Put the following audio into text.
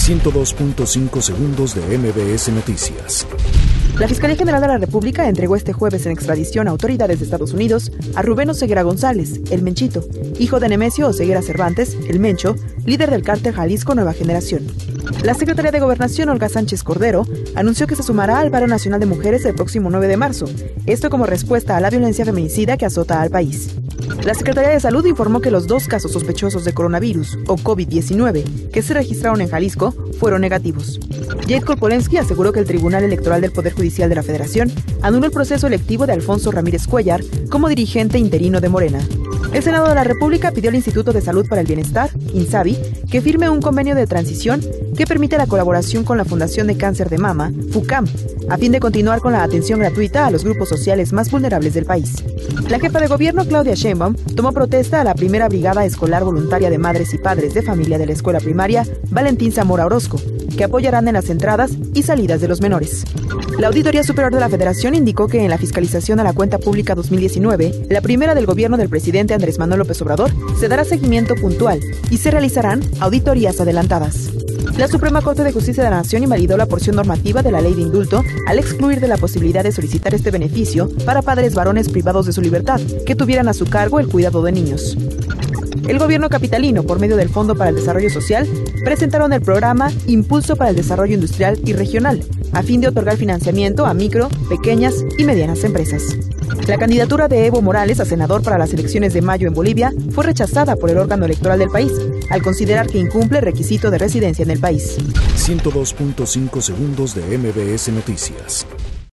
102.5 segundos de MBS Noticias. La Fiscalía General de la República entregó este jueves en extradición a autoridades de Estados Unidos a Rubén Oseguera González, el Menchito, hijo de Nemesio Oseguera Cervantes, el Mencho, líder del cártel Jalisco Nueva Generación. La Secretaría de Gobernación, Olga Sánchez Cordero, anunció que se sumará al paro nacional de mujeres el próximo 9 de marzo, esto como respuesta a la violencia feminicida que azota al país. La Secretaría de Salud informó que los 2 casos sospechosos de coronavirus, o COVID-19, que se registraron en Jalisco, fueron negativos. Jade Kolpolensky aseguró que el Tribunal Electoral del Poder Judicial de la Federación anuló el proceso electivo de Alfonso Ramírez Cuellar como dirigente interino de Morena. El Senado de la República pidió al Instituto de Salud para el Bienestar, INSABI, que firme un convenio de transición que permite la colaboración con la Fundación de Cáncer de Mama, FUCAM, a fin de continuar con la atención gratuita a los grupos sociales más vulnerables del país. La jefa de gobierno, Claudia Sheinbaum, tomó protesta a la primera brigada escolar voluntaria de madres y padres de familia de la escuela primaria Valentín Zamora Orozco, que apoyarán en las entradas y salidas de los menores. La Auditoría Superior de la Federación indicó que en la fiscalización a la cuenta pública 2019, la primera del gobierno del presidente Andrés Manuel López Obrador, se dará seguimiento puntual y se realizarán auditorías adelantadas. La Suprema Corte de Justicia de la Nación invalidó la porción normativa de la ley de indulto al excluir de la posibilidad de solicitar este beneficio para padres varones privados de su libertad, que tuvieran a su cargo el cuidado de niños. El gobierno capitalino, por medio del Fondo para el Desarrollo Social, presentaron el programa Impulso para el Desarrollo Industrial y Regional, a fin de otorgar financiamiento a micro, pequeñas y medianas empresas. La candidatura de Evo Morales a senador para las elecciones de mayo en Bolivia fue rechazada por el órgano electoral del país, al considerar que incumple el requisito de residencia en el país. 102.5 segundos de MBS Noticias.